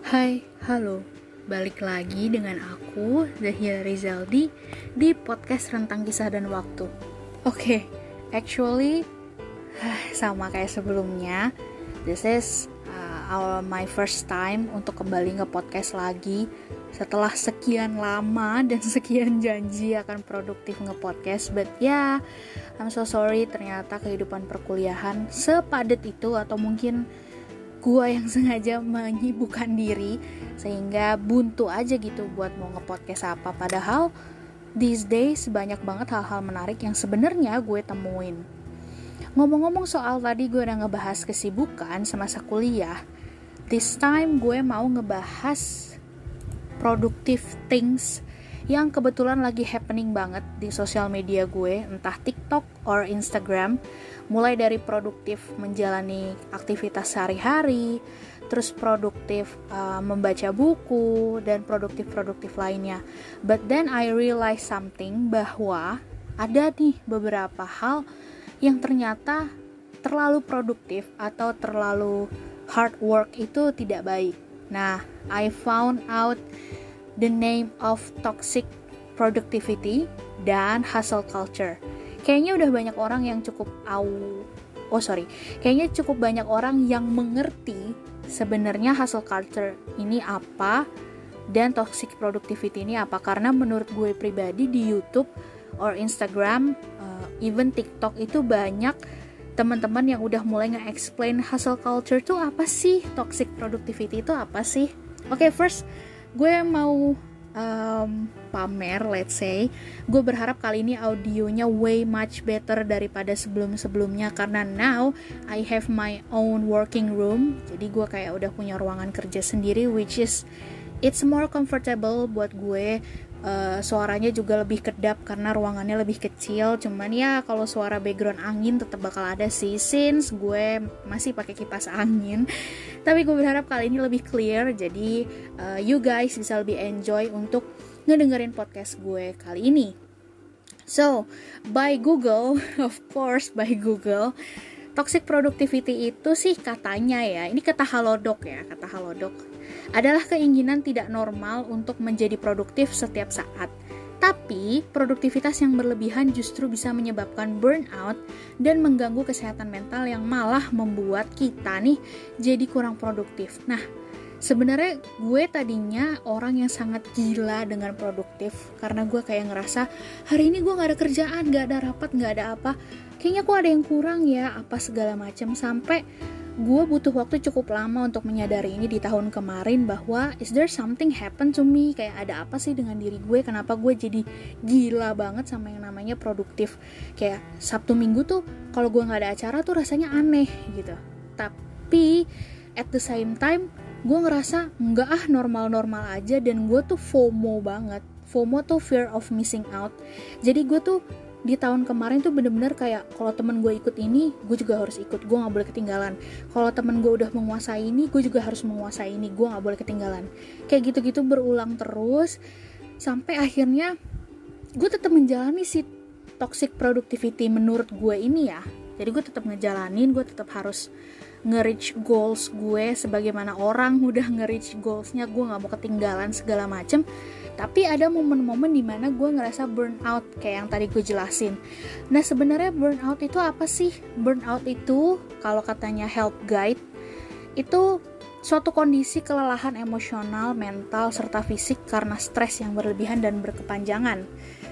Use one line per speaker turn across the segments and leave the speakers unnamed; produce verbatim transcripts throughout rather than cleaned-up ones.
Hai, halo. Balik lagi dengan aku, Zahia Rizaldi, di podcast Rentang Kisah dan Waktu. Oke, okay, actually, sama kayak sebelumnya, this is uh, our, my first time untuk kembali nge-podcast lagi setelah sekian lama dan sekian janji akan produktif nge-podcast. But ya, yeah, I'm so sorry, ternyata kehidupan perkuliahan sepadat itu, atau mungkin gua yang sengaja menyibukkan diri sehingga buntu aja gitu buat mau nge-podcast apa. Padahal these days banyak banget hal-hal menarik yang sebenarnya gue temuin. Ngomong-ngomong soal tadi gue udah ngebahas kesibukan semasa kuliah, this time gue mau ngebahas productive things yang kebetulan lagi happening banget di sosial media gue, entah TikTok or Instagram. Mulai dari produktif menjalani aktivitas sehari-hari, terus produktif uh, membaca buku, dan produktif-produktif lainnya. But then I realize something, bahwa ada nih beberapa hal yang ternyata terlalu produktif atau terlalu hard work itu tidak baik. Nah, I found out the name of toxic productivity dan hustle culture. Kayaknya udah banyak orang yang cukup au, oh sorry, kayaknya cukup banyak orang yang mengerti sebenarnya hustle culture ini apa dan toxic productivity ini apa. Karena menurut gue pribadi di YouTube or Instagram, uh, even TikTok itu banyak teman-teman yang udah mulai nge-explain hustle culture itu apa sih, toxic productivity itu apa sih. Oke, okay, first gue mau Um, pamer, let's say. Gue berharap kali ini audionya way much better daripada sebelum-sebelumnya, karena now I have my own working room. Jadi gue kayak udah punya ruangan kerja sendiri, which is it's more comfortable buat gue. Uh, suaranya juga lebih kedap karena ruangannya lebih kecil. Cuman ya kalau suara background angin tetap bakal ada sih, since gue masih pakai kipas angin. Tapi gue berharap kali ini lebih clear, jadi uh, you guys bisa lebih enjoy untuk ngedengerin podcast gue kali ini. So, by Google, of course by Google, toxic productivity itu sih katanya ya, ini kata Halodoc ya, kata Halodoc, adalah keinginan tidak normal untuk menjadi produktif setiap saat. Tapi, produktivitas yang berlebihan justru bisa menyebabkan burnout dan mengganggu kesehatan mental yang malah membuat kita nih jadi kurang produktif. Nah, sebenarnya gue tadinya orang yang sangat gila dengan produktif, karena gue kayak ngerasa hari ini gue gak ada kerjaan, gak ada rapat, gak ada apa, kayaknya kok ada yang kurang ya, apa segala macam. Sampai gue butuh waktu cukup lama untuk menyadari ini di tahun kemarin, bahwa is there something happen to me, kayak ada apa sih dengan diri gue, kenapa gue jadi gila banget sama yang namanya produktif. Kayak Sabtu Minggu tuh kalau gue gak ada acara tuh rasanya aneh gitu. Tapi at the same time gue ngerasa enggak ah, normal-normal aja. Dan gue tuh FOMO banget. FOMO tuh fear of missing out. Jadi gue tuh di tahun kemarin tuh bener-bener kayak kalau temen gue ikut ini, gue juga harus ikut, gue gak boleh ketinggalan. Kalau temen gue udah menguasai ini, gue juga harus menguasai ini, gue gak boleh ketinggalan. Kayak gitu-gitu berulang terus, sampai akhirnya gue tetap menjalani si toxic productivity menurut gue ini ya. Jadi gue tetap ngejalanin, gue tetap harus nge-reach goals gue sebagaimana orang udah nge-reach goalsnya, gue gak mau ketinggalan segala macem. Tapi ada momen-momen dimana gue ngerasa burnout, kayak yang tadi gue jelasin. Nah, sebenarnya burnout itu apa sih? Burnout itu, kalau katanya Help Guide, itu suatu kondisi kelelahan emosional, mental, serta fisik karena stres yang berlebihan dan berkepanjangan.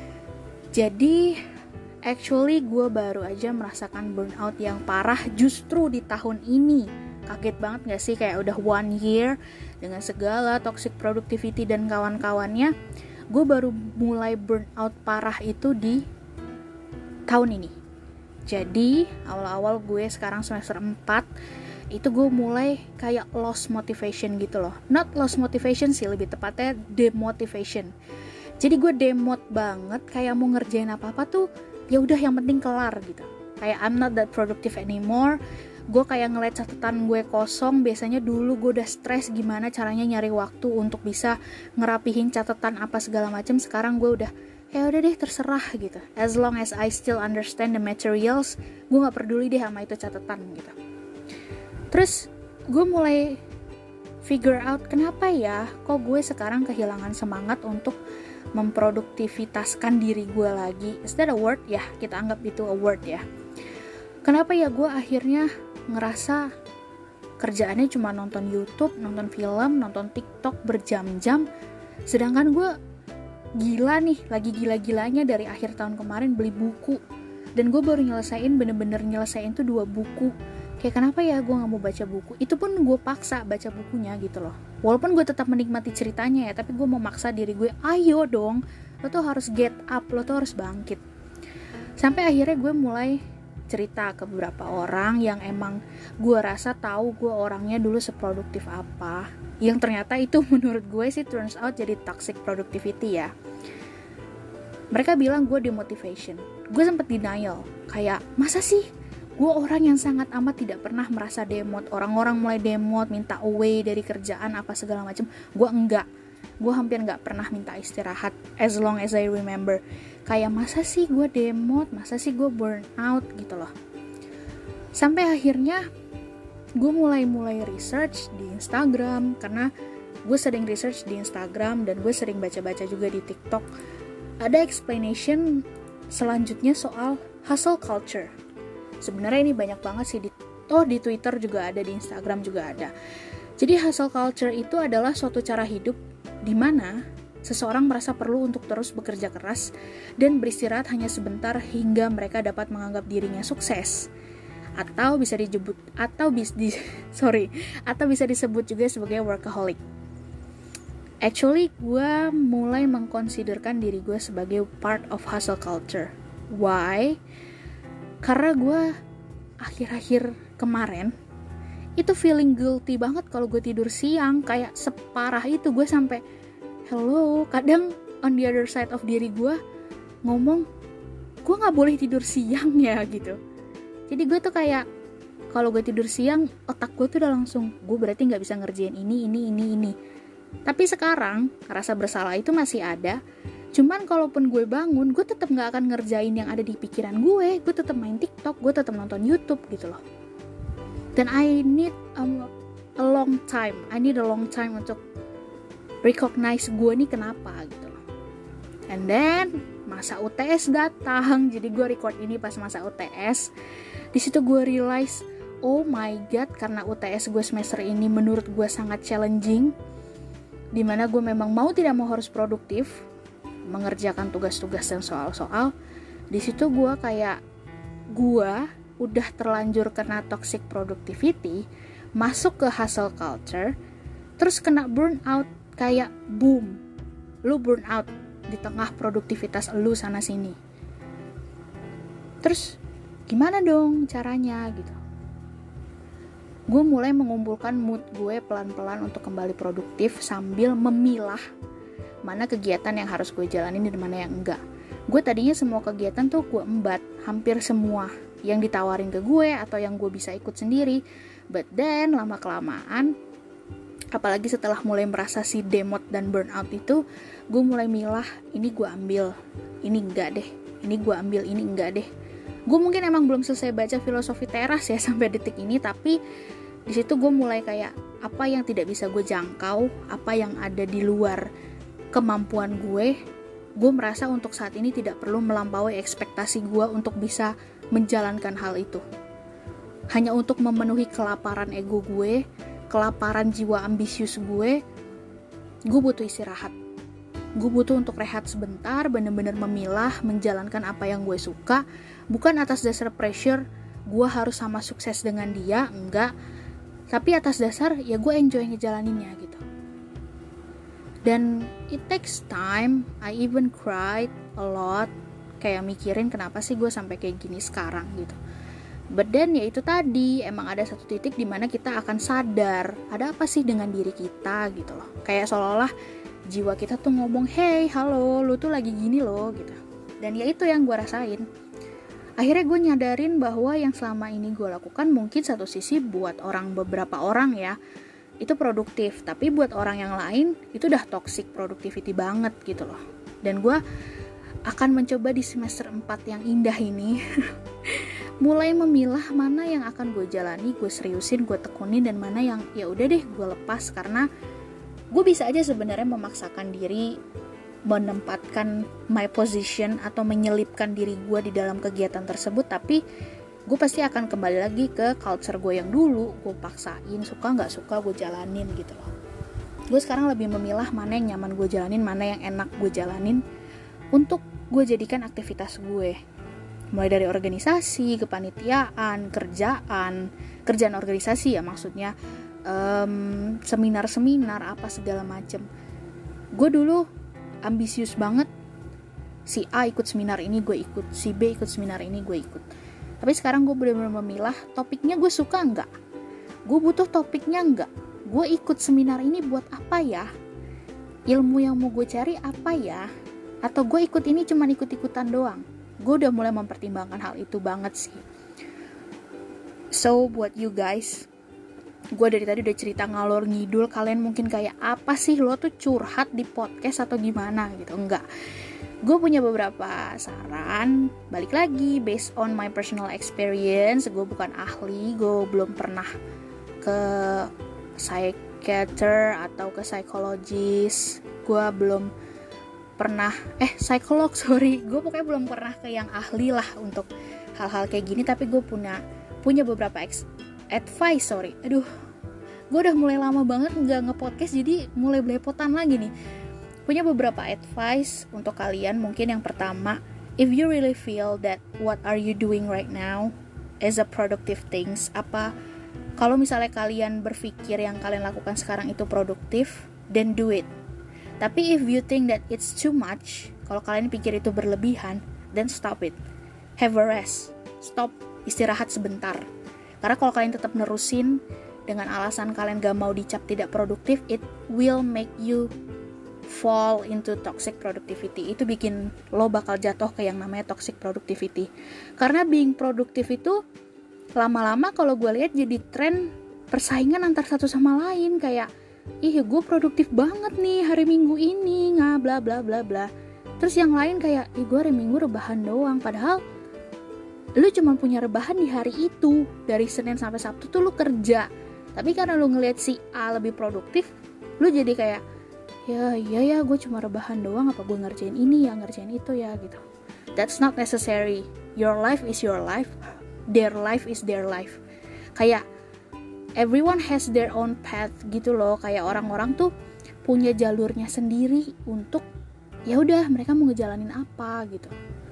Jadi, actually gue baru aja merasakan burnout yang parah justru di tahun ini. Kaget banget gak sih, kayak udah one year dengan segala toxic productivity dan kawan-kawannya, gue baru mulai burnout parah itu di tahun ini. Jadi awal-awal gue sekarang semester empat, itu gue mulai kayak lost motivation gitu loh. Not lost motivation sih, lebih tepatnya demotivation. Jadi gue demot banget, kayak mau ngerjain apa-apa tuh ya udah yang penting kelar gitu. Kayak I'm not that productive anymore. Gue kayak ngeliat catatan gue kosong. Biasanya dulu gue udah stres gimana caranya nyari waktu untuk bisa ngerapihin catatan apa segala macam. Sekarang gue udah ya udah deh terserah gitu. As long as I still understand the materials, gue nggak peduli deh sama itu catatan gitu. Terus gue mulai figure out kenapa ya kok gue sekarang kehilangan semangat untuk memproduktivitaskan diri gue lagi. Is that a word? Ya, kita anggap itu a word ya. Kenapa ya gue akhirnya ngerasa kerjaannya cuma nonton YouTube, nonton film, nonton TikTok berjam-jam, sedangkan gue gila nih, lagi gila-gilanya dari akhir tahun kemarin beli buku, dan gue baru nyelesain, bener-bener nyelesain tuh dua buku. Kayak kenapa ya gue gak mau baca buku? Itu pun gue paksa baca bukunya gitu loh. Walaupun gue tetap menikmati ceritanya ya, tapi gue mau maksa diri gue, ayo dong, lo tuh harus get up, lo tuh harus bangkit. Sampai akhirnya gue mulai cerita ke beberapa orang yang emang gue rasa tahu gue orangnya dulu seproduktif apa, yang ternyata itu menurut gue sih turns out jadi toxic productivity ya. Mereka bilang gue demotivation. Gue sempet denial, kayak masa sih gue orang yang sangat amat tidak pernah merasa demot. Orang-orang mulai demot, minta away dari kerjaan apa segala macam. Gue enggak. Gue hampir enggak pernah minta istirahat as long as I remember. Kayak masa sih gue demot, masa sih gue burn out gitu loh. Sampai akhirnya gue mulai-mulai research di Instagram, karena gue sering research di Instagram dan gue sering baca-baca juga di TikTok. Ada explanation selanjutnya soal hustle culture. Sebenarnya ini banyak banget sih di, oh di Twitter juga ada, di Instagram juga ada. Jadi hustle culture itu adalah suatu cara hidup di mana seseorang merasa perlu untuk terus bekerja keras dan beristirahat hanya sebentar hingga mereka dapat menganggap dirinya sukses. Atau bisa disebut atau bis, di, sorry, atau bisa disebut juga sebagai workaholic. Actually, gue mulai mengkonsiderkan diri gue sebagai part of hustle culture. Why? Karena gue akhir-akhir kemarin itu feeling guilty banget kalau gue tidur siang, kayak separah itu. Gue sampai hello, kadang on the other side of diri gue ngomong, gue nggak boleh tidur siang ya gitu. Jadi gue tuh kayak kalau gue tidur siang, otak gue tuh udah langsung, gue berarti nggak bisa ngerjain ini, ini, ini, ini. Tapi sekarang rasa bersalah itu masih ada. Cuman kalaupun gue bangun, gue tetap gak akan ngerjain yang ada di pikiran gue. Gue tetap main TikTok, gue tetap nonton YouTube gitu loh. Dan I need um, a long time. I need a long time untuk recognize gue nih kenapa gitu loh. And then masa U T S datang. Jadi gue record ini pas masa U T S. Di situ gue realize, oh my god, karena U T S gue semester ini menurut gue sangat challenging, dimana gue memang mau tidak mau harus produktif, mengerjakan tugas-tugas dan soal-soal. Di situ gue kayak gue udah terlanjur kena toxic productivity, masuk ke hustle culture, terus kena burnout, kayak boom, lu burnout di tengah produktivitas lu sana sini. Terus gimana dong caranya gitu? Gue mulai mengumpulkan mood gue pelan-pelan untuk kembali produktif sambil memilah mana kegiatan yang harus gue jalanin dan mana yang enggak. Gue tadinya semua kegiatan tuh gue embat, hampir semua yang ditawarin ke gue atau yang gue bisa ikut sendiri. But then lama-kelamaan, apalagi setelah mulai merasa si demot dan burnout itu, gue mulai milah, ini gue ambil, ini enggak deh, ini gue ambil, ini enggak deh. Gue mungkin emang belum selesai baca filosofi teras ya sampai detik ini, tapi di situ gue mulai kayak apa yang tidak bisa gue jangkau, apa yang ada di luar kemampuan gue, gue merasa untuk saat ini tidak perlu melampaui ekspektasi gue untuk bisa menjalankan hal itu. Hanya untuk memenuhi kelaparan ego gue, kelaparan jiwa ambisius gue, gue butuh istirahat. Gue butuh untuk rehat sebentar, bener-bener memilah, menjalankan apa yang gue suka, bukan atas dasar pressure, gue harus sama sukses dengan dia, enggak. Tapi atas dasar, ya gue enjoy ngejalaninnya gitu. Dan it takes time. I even cried a lot, kayak mikirin kenapa sih gue sampai kayak gini sekarang gitu. But then ya itu tadi, emang ada satu titik di mana kita akan sadar ada apa sih dengan diri kita gitu loh. Kayak seolah-olah jiwa kita tuh ngomong, hey halo, lu tuh lagi gini loh gitu. Dan ya itu yang gue rasain. Akhirnya gue nyadarin bahwa yang selama ini gue lakukan mungkin satu sisi buat orang, beberapa orang ya, itu produktif, tapi buat orang yang lain itu udah toxic productivity banget gitu loh. Dan gue akan mencoba di semester empat yang indah ini mulai memilah mana yang akan gue jalani, gue seriusin, gue tekunin, dan mana yang ya udah deh gue lepas. Karena gue bisa aja sebenarnya memaksakan diri menempatkan my position atau menyelipkan diri gue di dalam kegiatan tersebut, tapi gue pasti akan kembali lagi ke culture gue yang dulu. Gue paksain, suka nggak suka gue jalanin gitu loh. Gue sekarang lebih memilah mana yang nyaman gue jalanin, mana yang enak gue jalanin untuk gue jadikan aktivitas gue. Mulai dari organisasi, kepanitiaan, kerjaan, kerjaan organisasi ya maksudnya, um, seminar-seminar, apa segala macem. Gue dulu ambisius banget, si A ikut seminar ini gue ikut, si B ikut seminar ini gue ikut. Tapi sekarang gue benar-benar memilah topiknya gue suka nggak, gue butuh topiknya nggak, gue ikut seminar ini buat apa ya, ilmu yang mau gue cari apa ya, atau gue ikut ini cuma ikut-ikutan doang. Gue udah mulai mempertimbangkan hal itu banget sih. So buat you guys, gue dari tadi udah cerita ngalor ngidul, kalian mungkin kayak apa sih lo tuh curhat di podcast atau gimana gitu. Enggak, gue punya beberapa saran. Balik lagi based on my personal experience. Gue bukan ahli, gue belum pernah ke psychiater atau ke psikologis. Gue belum pernah eh psikolog sorry gue pokoknya belum pernah ke yang ahli lah untuk hal-hal kayak gini. Tapi gue punya punya beberapa ex- advice sorry aduh gue udah mulai lama banget nggak nge-podcast, jadi mulai belepotan lagi nih. Punya beberapa advice untuk kalian. Mungkin yang pertama, if you really feel that what are you doing right now is a productive things, apa kalau misalnya kalian berpikir yang kalian lakukan sekarang itu produktif, then do it. Tapi if you think that it's too much, kalau kalian pikir itu berlebihan, then stop it. Have a rest. Stop, istirahat sebentar. Karena kalau kalian tetap nerusin dengan alasan kalian gak mau dicap tidak produktif, it will make you fall into toxic productivity. Itu bikin lo bakal jatuh ke yang namanya toxic productivity. Karena being produktif itu lama-lama kalau gue lihat jadi tren persaingan antar satu sama lain. Kayak, ih gue produktif banget nih hari Minggu ini, nggak bla bla bla bla. Terus yang lain kayak, ih gue hari Minggu rebahan doang. Padahal lu cuma punya rebahan di hari itu, dari Senin sampai Sabtu tuh lu kerja. Tapi karena lu ngelihat si A lebih produktif, lu jadi kayak, ya iya ya gue cuma rebahan doang, apa gue ngerjain ini ya, ngerjain itu ya gitu. That's not necessary. Your life is your life, their life is their life. Kayak everyone has their own path gitu loh. Kayak orang-orang tuh punya jalurnya sendiri untuk ya udah mereka mau ngejalanin apa gitu.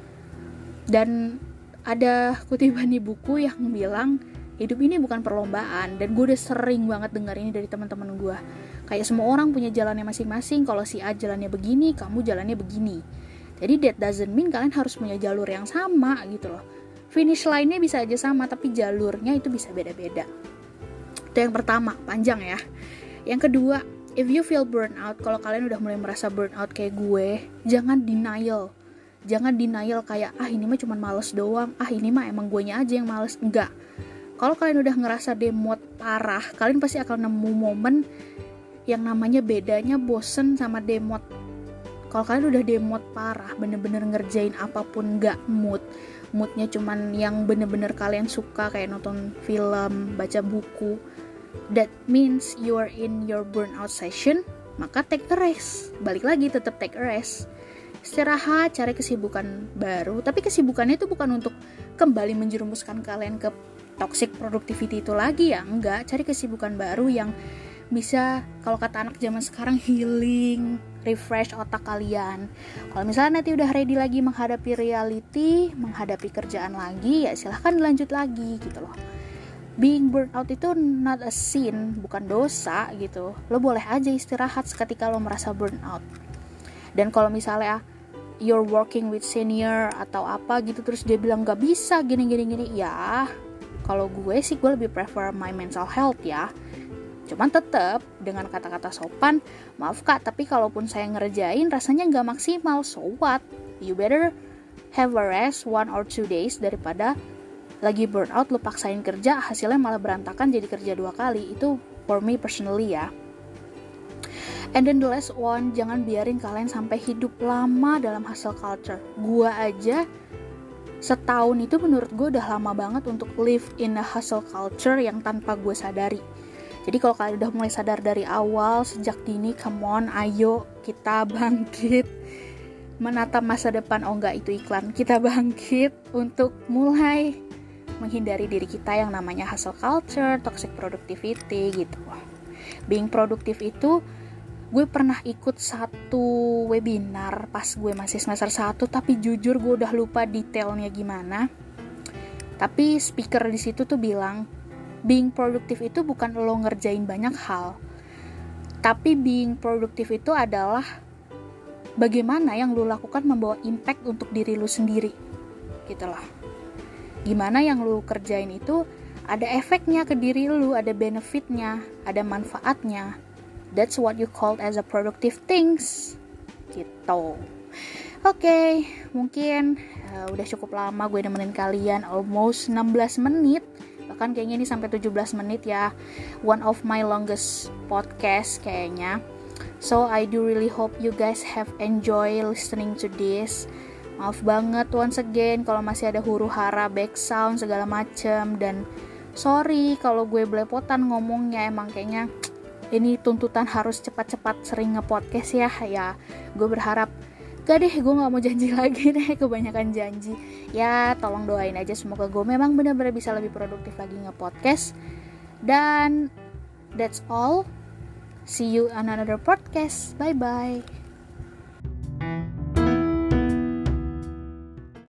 Dan ada kutipan di buku yang bilang hidup ini bukan perlombaan. Dan gue udah sering banget dengar ini dari teman-teman gue. Kayak semua orang punya jalannya masing-masing. Kalau si A jalannya begini, kamu jalannya begini. Jadi that doesn't mean kalian harus punya jalur yang sama gitu loh. Finish line-nya bisa aja sama, tapi jalurnya itu bisa beda-beda. Itu yang pertama, panjang ya. Yang kedua, if you feel burnout, kalau kalian udah mulai merasa burnout kayak gue, jangan denial. Jangan denial kayak, ah ini mah cuma males doang, ah ini mah emang guenya aja yang males. Enggak. Kalau kalian udah ngerasa demot parah, kalian pasti akan nemu momen yang namanya bedanya bosen sama demot. Kalau kalian udah demot parah, bener-bener ngerjain apapun gak mood, moodnya cuman yang bener-bener kalian suka, kayak nonton film, baca buku, that means you are in your burnout session. Maka take a rest. Balik lagi, tetap take a rest. Istirahat, cari kesibukan baru. Tapi kesibukannya itu bukan untuk kembali menjerumuskan kalian ke toxic productivity itu lagi ya, enggak. Cari kesibukan baru yang bisa, kalau kata anak zaman sekarang, healing, refresh otak kalian. Kalau misalnya nanti udah ready lagi menghadapi reality, menghadapi kerjaan lagi, ya silahkan dilanjut lagi gitu loh. Being burnout itu not a sin, bukan dosa gitu. Lo boleh aja istirahat seketika lo merasa burnout. Dan kalau misalnya you're working with senior atau apa gitu, terus dia bilang gak bisa gini-gini-gini, ya kalau gue sih gue lebih prefer my mental health ya. Cuman tetap dengan kata-kata sopan, maaf kak, tapi kalaupun saya ngerjain rasanya gak maksimal, so what? You better have a rest one or two days daripada lagi burnout lo paksain kerja, hasilnya malah berantakan jadi kerja dua kali. Itu for me personally ya. And then the last one, jangan biarin kalian sampai hidup lama dalam hustle culture. Gua aja setahun itu menurut gue udah lama banget untuk live in a hustle culture yang tanpa gue sadari. Jadi kalau kalian udah mulai sadar dari awal, sejak dini, come on, ayo kita bangkit menatap masa depan. Oh enggak, itu iklan. Kita bangkit untuk mulai menghindari diri kita yang namanya hustle culture, toxic productivity gitu. Being produktif itu, gue pernah ikut satu webinar pas gue masih semester satu, tapi jujur gue udah lupa detailnya gimana. Tapi speaker di situ tuh bilang, being produktif itu bukan lo ngerjain banyak hal, tapi being produktif itu adalah bagaimana yang lo lakukan membawa impact untuk diri lo sendiri, gitulah. Gimana yang lo kerjain itu ada efeknya ke diri lo, ada benefitnya, ada manfaatnya. That's what you call as a productive things, gitu. Oke, okay, mungkin uh, udah cukup lama gue nemenin kalian, almost enam belas menit. Bahkan kayaknya ini sampai tujuh belas menit ya. One of my longest podcast kayaknya. So I do really hope you guys have enjoy listening to this. Maaf banget once again kalau masih ada huru hara, back sound segala macem. Dan sorry kalau gue belepotan ngomongnya, emang kayaknya ini tuntutan harus cepat-cepat sering nge-podcast ya. Ya gue berharap gak deh, gue gak mau janji lagi deh, kebanyakan janji. Ya tolong doain aja semoga gue memang benar-benar bisa lebih produktif lagi nge-podcast. Dan that's all. See you on another podcast. Bye-bye.